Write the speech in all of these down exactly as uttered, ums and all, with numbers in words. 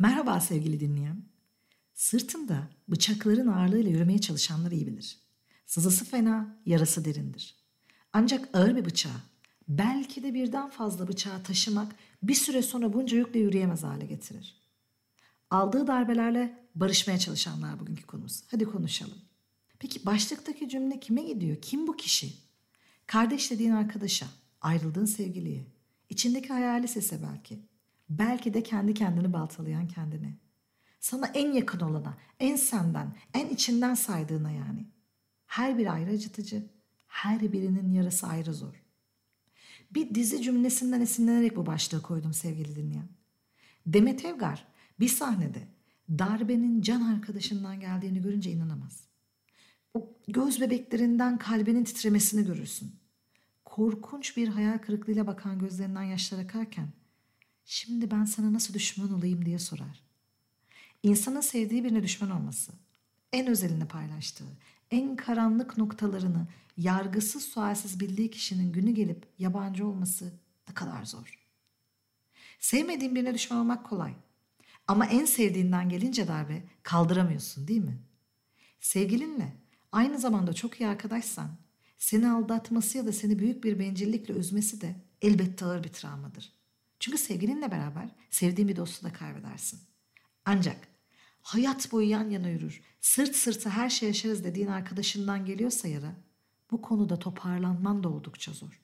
Merhaba sevgili dinleyen. Sırtında bıçakların ağırlığıyla yürümeye çalışanlar iyi bilir. Sızısı fena, yarası derindir. Ancak ağır bir bıçağı, belki de birden fazla bıçağı taşımak bir süre sonra bunca yükle yürüyemez hale getirir. Aldığı darbelerle barışmaya çalışanlar bugünkü konumuz. Hadi konuşalım. Peki başlıktaki cümle kime gidiyor? Kim bu kişi? Kardeş dediğin arkadaşa, ayrıldığın sevgiliye, içindeki hayali sese belki. Belki de kendi kendini baltalayan kendine. Sana en yakın olana, en senden, en içinden saydığına yani. Her biri ayrı acıtıcı, her birinin yarası ayrı zor. Bir dizi cümlesinden esinlenerek bu başlığı koydum sevgili dinleyen. Demet Evgar bir sahnede darbenin can arkadaşından geldiğini görünce inanamaz. O göz bebeklerinden kalbinin titremesini görürsün. Korkunç bir hayal kırıklığıyla bakan gözlerinden yaşlar akarken şimdi ben sana nasıl düşman olayım diye sorar. İnsanın sevdiği birine düşman olması, en özelini paylaştığı, en karanlık noktalarını yargısız sualsiz bildiği kişinin günü gelip yabancı olması ne kadar zor. Sevmediğin birine düşman olmak kolay. Ama en sevdiğinden gelince darbe kaldıramıyorsun değil mi? Sevgilinle aynı zamanda çok iyi arkadaşsan seni aldatması ya da seni büyük bir bencillikle üzmesi de elbette ağır bir travmadır. Çünkü sevgilinle beraber sevdiğin bir dostu da kaybedersin. Ancak hayat boyu yan yana yürür, sırt sırta her şey yaşarız dediğin arkadaşından geliyorsa yara, bu konuda toparlanman da oldukça zor.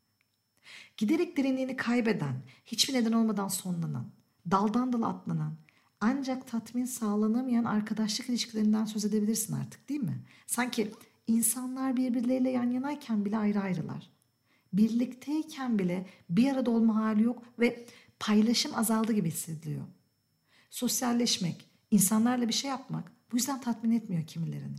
Giderek derinliğini kaybeden, hiçbir neden olmadan sonlanan, daldan dala atlanan, ancak tatmin sağlanamayan arkadaşlık ilişkilerinden söz edebilirsin artık değil mi? Sanki insanlar birbirleriyle yan yanayken bile ayrı ayrılar. Birlikteyken bile bir arada olma hali yok ve paylaşım azaldı gibi hissediliyor. Sosyalleşmek, insanlarla bir şey yapmak bu yüzden tatmin etmiyor kimilerini.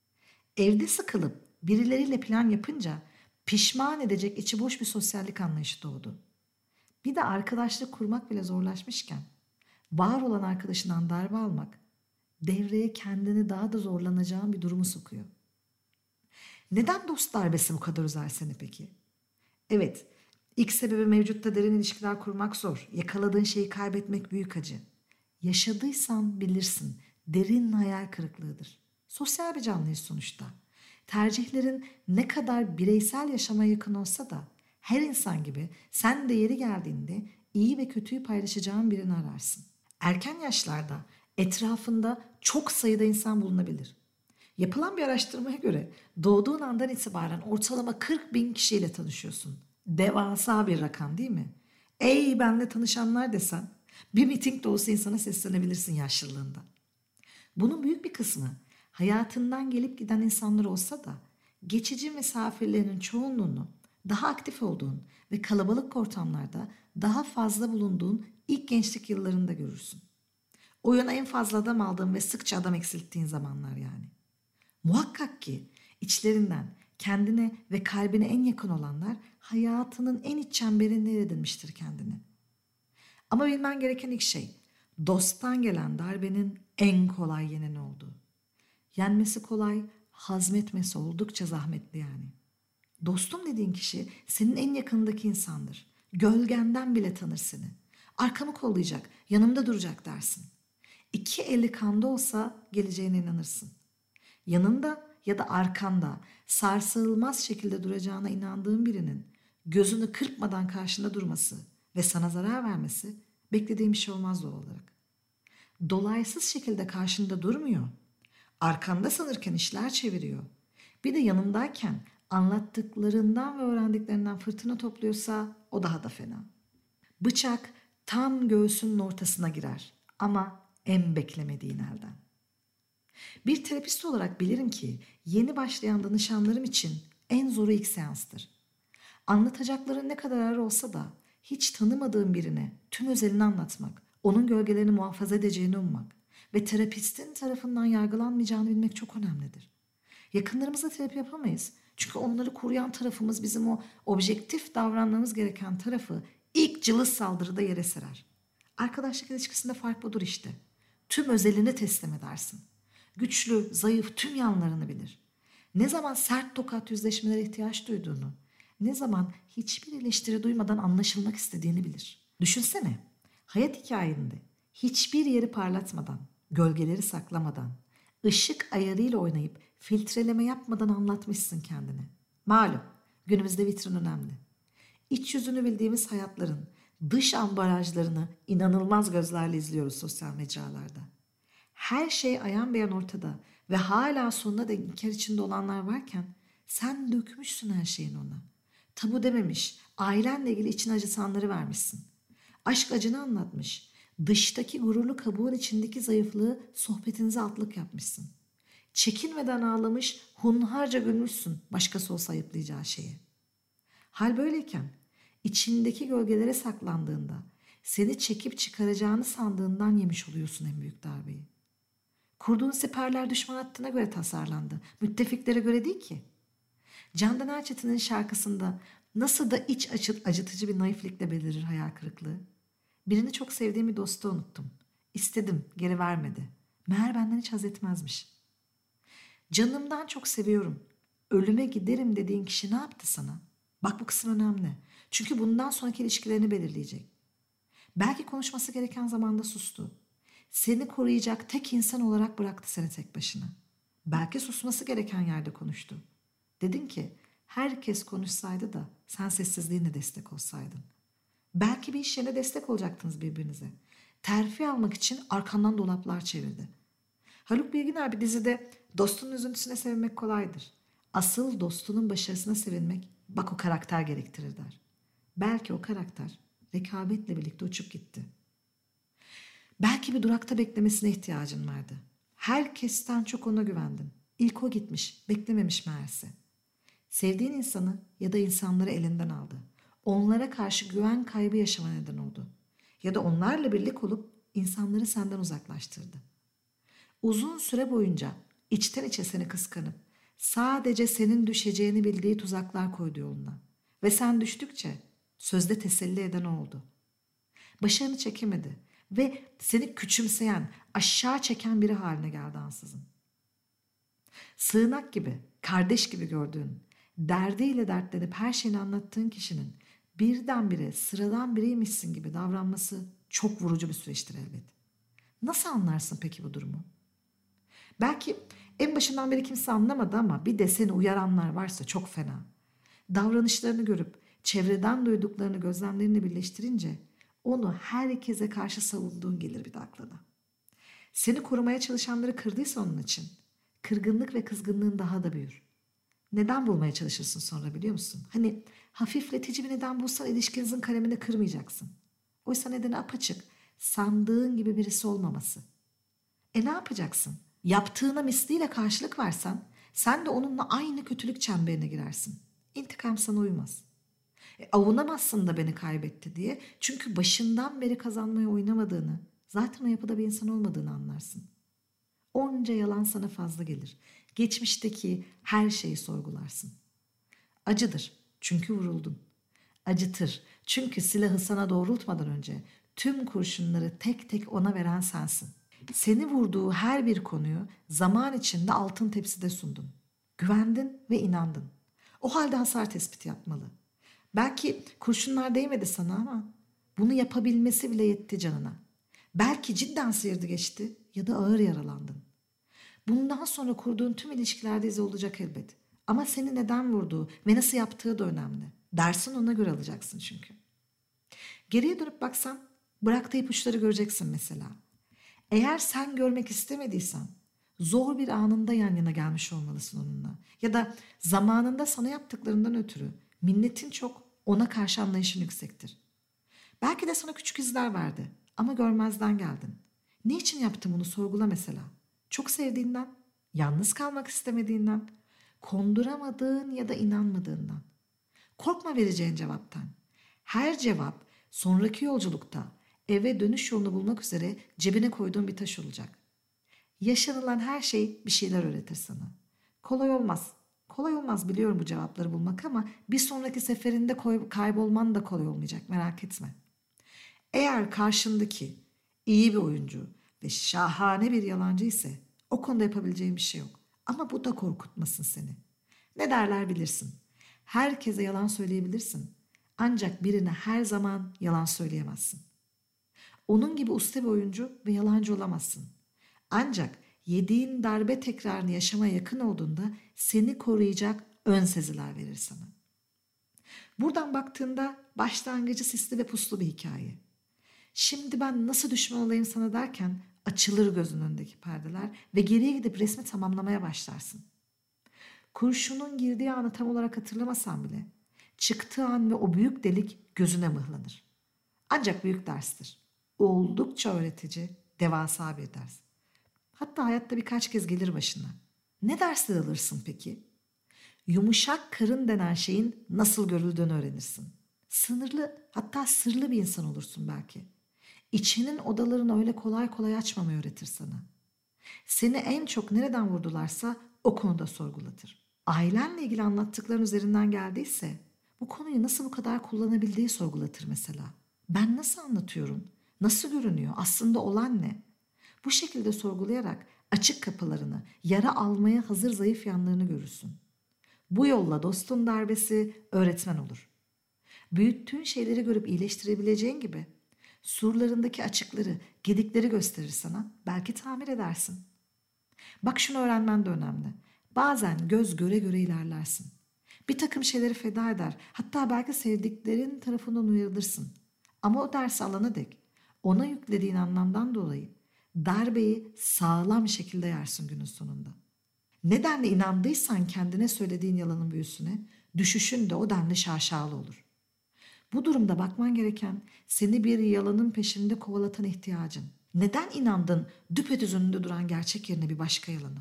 Evde sıkılıp birileriyle plan yapınca pişman edecek içi boş bir sosyallik anlayışı doğdu. Bir de arkadaşlık kurmak bile zorlaşmışken var olan arkadaşından darbe almak devreye kendini daha da zorlanacağın bir durumu sokuyor. Neden dost darbesi bu kadar üzer seni peki? Evet, ilk sebebi mevcutta derin ilişkiler kurmak zor. Yakaladığın şeyi kaybetmek büyük acı. Yaşadıysan bilirsin, derin hayal kırıklığıdır. Sosyal bir canlıyız sonuçta. Tercihlerin ne kadar bireysel yaşama yakın olsa da her insan gibi sen de yeri geldiğinde iyi ve kötüyü paylaşacağın birini ararsın. Erken yaşlarda etrafında çok sayıda insan bulunabilir. Yapılan bir araştırmaya göre doğduğun andan itibaren ortalama kırk bin kişiyle tanışıyorsun. Devasa bir rakam değil mi? Ey benle tanışanlar desen bir miting dolusu insana seslenebilirsin yaşlılığında. Bunun büyük bir kısmı hayatından gelip giden insanlar olsa da geçici misafirlerinin çoğunluğunu daha aktif olduğun ve kalabalık ortamlarda daha fazla bulunduğun ilk gençlik yıllarında görürsün. O yana en fazla adam aldığın ve sıkça adam eksilttiğin zamanlar yani. Muhakkak ki içlerinden kendine ve kalbine en yakın olanlar hayatının en iç çemberinde yer edinmiştir kendini. Ama bilmen gereken ilk şey dosttan gelen darbenin en kolay yeneni olduğu. Yenmesi kolay, hazmetmesi oldukça zahmetli yani. Dostum dediğin kişi senin en yakındaki insandır. Gölgenden bile tanır seni. Arkamı kollayacak, yanımda duracak dersin. İki eli kanda olsa geleceğine inanırsın. Yanında ya da arkanda sarsılmaz şekilde duracağına inandığın birinin gözünü kırpmadan karşında durması ve sana zarar vermesi beklediğin bir şey olmaz doğal olarak. Dolaysız şekilde karşında durmuyor. Arkanda sanırken işler çeviriyor. Bir de yanındayken anlattıklarından ve öğrendiklerinden fırtına topluyorsa o daha da fena. Bıçak tam göğsünün ortasına girer ama en beklemediğin elden. Bir terapist olarak bilirim ki yeni başlayan danışanlarım için en zoru ilk seanstır. Anlatacakların ne kadar ağır olsa da hiç tanımadığın birine tüm özelini anlatmak, onun gölgelerini muhafaza edeceğini ummak ve terapistin tarafından yargılanmayacağını bilmek çok önemlidir. Yakınlarımızla terapi yapamayız. Çünkü onları koruyan tarafımız bizim o objektif davranmamız gereken tarafı ilk cılız saldırıda yere serer. Arkadaşlık ilişkisinde fark budur işte. Tüm özelini teslim edersin. Güçlü, zayıf tüm yanlarını bilir. Ne zaman sert tokat yüzleşmelere ihtiyaç duyduğunu, ne zaman hiçbir eleştiri duymadan anlaşılmak istediğini bilir. Düşünsene, hayat hikayende Hiçbir yeri parlatmadan, gölgeleri saklamadan, ışık ayarıyla oynayıp filtreleme yapmadan anlatmışsın kendini. Malum, günümüzde vitrin önemli. İç yüzünü bildiğimiz hayatların dış ambalajlarını inanılmaz gözlerle izliyoruz sosyal mecralarda. Her şey ayan beyan ortada ve hala sonuna dek inkar içinde olanlar varken sen dökmüşsün her şeyin ona. Tabu dememiş, ailenle ilgili için acısanları vermişsin. Aşk acını anlatmış, dıştaki gururlu kabuğun içindeki zayıflığı sohbetinize atlık yapmışsın. Çekinmeden ağlamış, hunharca gülmüşsün başkası olsa ayıplayacağı şeye. Hal böyleyken içindeki gölgelere saklandığında seni çekip çıkaracağını sandığından yemiş oluyorsun en büyük darbeyi. Kurduğun siperler düşman hattına göre tasarlandı. Müttefiklere göre değil ki. Candan Erçetin'in şarkısında nasıl da iç açıt acıtıcı bir naiflikle belirir hayal kırıklığı. Birini çok sevdiğim bir dostu unuttum. İstedim, geri vermedi. Meğer benden hiç haz etmezmiş. Canımdan çok seviyorum. Ölüme giderim dediğin kişi ne yaptı sana? Bak bu kısım önemli. Çünkü bundan sonraki ilişkilerini belirleyecek. Belki konuşması gereken zamanda sustu. Seni koruyacak tek insan olarak bıraktı seni tek başına. Belki susması gereken yerde konuştu. Dedin ki herkes konuşsaydı da sen sessizliğine destek olsaydın. Belki bir iş yerine destek olacaktınız birbirinize. Terfi almak için arkandan dolaplar çevirdi. Haluk Bilginer bir dizide dostunun üzüntüsüne sevinmek kolaydır. Asıl dostunun başarısına sevinmek bak o karakter gerektirir der. Belki o karakter rekabetle birlikte uçup gitti. Belki bir durakta beklemesine ihtiyacın vardı. Herkesten çok ona güvendin. İlk o gitmiş, beklememiş meğerse. Sevdiğin insanı ya da insanları elinden aldı. Onlara karşı güven kaybı yaşama neden oldu. Ya da onlarla birlik olup insanları senden uzaklaştırdı. Uzun süre boyunca içten içe seni kıskanıp sadece senin düşeceğini bildiği tuzaklar koydu yoluna. Ve sen düştükçe sözde teselli eden oldu. Başarını çekemedi ve seni küçümseyen, aşağı çeken biri haline geldi ansızın. Sığınak gibi, kardeş gibi gördüğün, derdiyle dertlenip her şeyini anlattığın kişinin birdenbire sıradan biriymişsin gibi davranması çok vurucu bir süreçtir elbet. Nasıl anlarsın peki bu durumu? Belki en başından beri kimse anlamadı ama bir de seni uyaranlar varsa çok fena. Davranışlarını görüp çevreden duyduklarını gözlemlerini birleştirince onu herkese karşı savunduğun gelir bir de aklına. Seni korumaya çalışanları kırdıysa onun için kırgınlık ve kızgınlığın daha da büyür. Neden bulmaya çalışırsın sonra biliyor musun? Hani hafifletici bir neden bulsan ilişkinizin kalemini kırmayacaksın. Oysa nedeni apaçık, sandığın gibi birisi olmaması. E ne yapacaksın? Yaptığına misliyle karşılık versen sen de onunla aynı kötülük çemberine girersin. İntikam sana uymaz. E, avunamazsın da beni kaybetti diye. Çünkü başından beri kazanmaya oynamadığını, zaten o yapıda bir insan olmadığını anlarsın. Onca yalan sana fazla gelir. Geçmişteki her şeyi sorgularsın. Acıdır çünkü vuruldun. Acıtır çünkü silahı sana doğrultmadan önce tüm kurşunları tek tek ona veren sensin. Seni vurduğu her bir konuyu zaman içinde altın tepside sundun. Güvendin ve inandın. O halde hasar tespiti yapmalı. Belki kurşunlar değmedi sana ama bunu yapabilmesi bile yetti canına. Belki cidden sıyırdı geçti ya da ağır yaralandın. Bundan sonra kurduğun tüm ilişkilerde izi olacak elbet. Ama seni neden vurduğu ve nasıl yaptığı da önemli. Dersin ona göre alacaksın çünkü. Geriye dönüp baksan bıraktığı ipuçları göreceksin mesela. Eğer sen görmek istemediysen zor bir anında yan yana gelmiş olmalısın onunla. Ya da zamanında sana yaptıklarından ötürü minnetin çok, ona karşı anlayışın yüksektir. Belki de sana küçük izler verdi ama görmezden geldin. Ne için yaptım bunu sorgula mesela. Çok sevdiğinden, yalnız kalmak istemediğinden, konduramadığın ya da inanmadığından. Korkma vereceğin cevaptan. Her cevap sonraki yolculukta eve dönüş yolunu bulmak üzere cebine koyduğun bir taş olacak. Yaşanılan her şey bir şeyler öğretir sana. Kolay olmaz. Kolay olmaz biliyorum bu cevapları bulmak ama bir sonraki seferinde koy, kaybolman da kolay olmayacak merak etme. Eğer karşındaki iyi bir oyuncu ve şahane bir yalancı ise o konuda yapabileceğin bir şey yok. Ama bu da korkutmasın seni. Ne derler bilirsin. Herkese yalan söyleyebilirsin. Ancak birine her zaman yalan söyleyemezsin. Onun gibi usta bir oyuncu ve yalancı olamazsın. Ancak yediğin darbe tekrarını yaşamaya yakın olduğunda seni koruyacak ön seziler verir sana. Buradan baktığında başlangıcı sisli ve puslu bir hikaye. Şimdi ben nasıl düşman olayım sana derken açılır gözünün önündeki perdeler ve geriye gidip resmi tamamlamaya başlarsın. Kurşunun girdiği anı tam olarak hatırlamasan bile çıktığı an ve o büyük delik gözüne mıhlanır. Ancak büyük derstir. Oldukça öğretici, devasa bir ders. Hatta hayatta birkaç kez gelir başına. Ne dersler alırsın peki? Yumuşak karın denen şeyin nasıl görüldüğünü öğrenirsin. Sınırlı, hatta sırlı bir insan olursun belki. İçinin odalarını öyle kolay kolay açmamayı öğretir sana. Seni en çok nereden vurdularsa o konuda sorgulatır. Ailenle ilgili anlattıkların üzerinden geldiyse bu konuyu nasıl bu kadar kullanabildiği sorgulatır mesela. Ben nasıl anlatıyorum? Nasıl görünüyor? Aslında olan ne? Bu şekilde sorgulayarak açık kapılarını, yara almaya hazır zayıf yanlarını görürsün. Bu yolla dostun darbesi öğretmen olur. Büyüttüğün şeyleri görüp iyileştirebileceğin gibi surlarındaki açıkları, gedikleri gösterir sana. Belki tamir edersin. Bak şunu öğrenmen de önemli. Bazen göz göre göre ilerlersin. Bir takım şeyleri feda eder. Hatta belki sevdiklerin tarafından uyarılırsın. Ama o dersi alana dek ona yüklediğin anlamdan dolayı darbeyi sağlam şekilde yersin günün sonunda. Nedenle inandıysan kendine söylediğin yalanın büyüsüne, düşüşün de o denli şaşalı olur. Bu durumda bakman gereken seni bir yalanın peşinde kovalatan ihtiyacın. Neden inandın düpedüz önünde duran gerçek yerine bir başka yalana?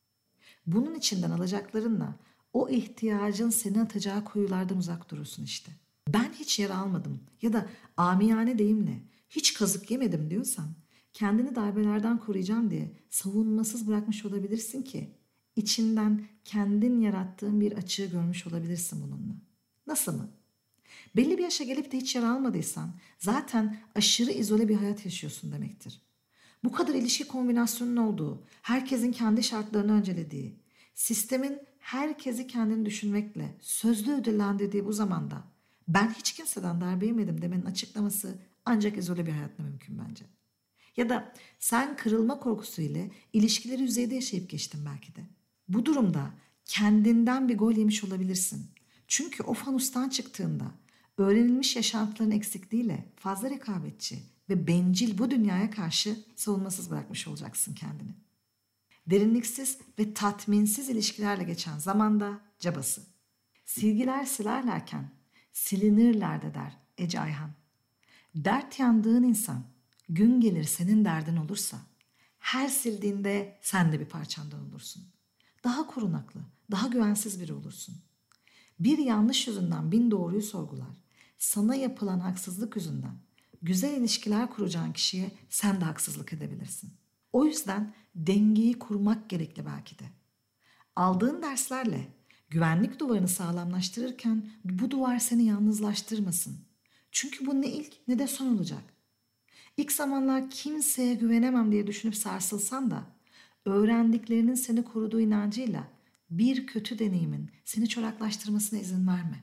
Bunun içinden alacaklarınla o ihtiyacın seni atacağı kuyulardan uzak durursun işte. Ben hiç yara almadım ya da amiyane deyimle hiç kazık yemedim diyorsan kendini darbelerden koruyacağım diye savunmasız bırakmış olabilirsin ki içinden kendin yarattığın bir açığı görmüş olabilirsin bununla. Nasıl mı? Belli bir yaşa gelip de hiç yara almadıysan zaten aşırı izole bir hayat yaşıyorsun demektir. Bu kadar ilişki kombinasyonunun olduğu, herkesin kendi şartlarını öncelediği, sistemin herkesi kendini düşünmekle sözlü ödüllendirdiği bu zamanda ben hiç kimseden darbe yemedim demenin açıklaması ancak izole bir hayatla mümkün bence. Ya da sen kırılma korkusu ile ilişkileri yüzeyde yaşayıp geçtin belki de. Bu durumda kendinden bir gol yemiş olabilirsin. Çünkü o fanustan çıktığında öğrenilmiş yaşantıların eksikliğiyle fazla rekabetçi ve bencil bu dünyaya karşı savunmasız bırakmış olacaksın kendini. Derinliksiz ve tatminsiz ilişkilerle geçen zamanda cabası. Silgiler silerlerken silinirler de der Ece Ayhan. Dert yandığın insan gün gelir senin derdin olursa her sildiğinde sen de bir parçandan olursun. Daha korunaklı, daha güvensiz biri olursun. Bir yanlış yüzünden bin doğruyu sorgular. Sana yapılan haksızlık yüzünden güzel ilişkiler kuracağın kişiye sen de haksızlık edebilirsin. O yüzden dengeyi kurmak gerekli belki de. Aldığın derslerle güvenlik duvarını sağlamlaştırırken bu duvar seni yalnızlaştırmasın. Çünkü bu ne ilk ne de son olacak. İlk zamanlar kimseye güvenemem diye düşünüp sarsılsan da öğrendiklerinin seni koruduğu inancıyla bir kötü deneyimin seni çoraklaştırmasına izin verme.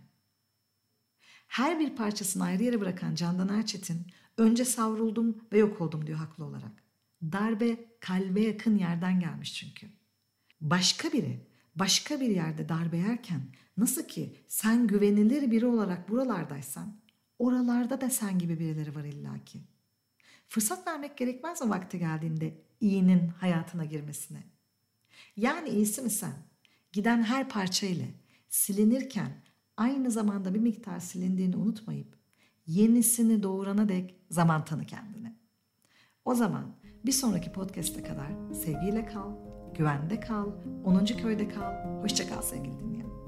Her bir parçasını ayrı yere bırakan Candan Erçetin önce savruldum ve yok oldum diyor haklı olarak. Darbe kalbe yakın yerden gelmiş çünkü. Başka biri başka bir yerde darbe yerken nasıl ki sen güvenilir biri olarak buralardaysan oralarda da sen gibi birileri var illaki. Fırsat vermek gerekmez mi vakti geldiğinde iyinin hayatına girmesine? Yani iyisi mi sen? Giden her parça ile silinirken aynı zamanda bir miktar silindiğini unutmayıp yenisini doğurana dek zaman tanı kendine. O zaman bir sonraki podcast'e kadar sevgiyle kal, güvende kal, onuncu köyde kal, hoşça kal sevgili dinleyen.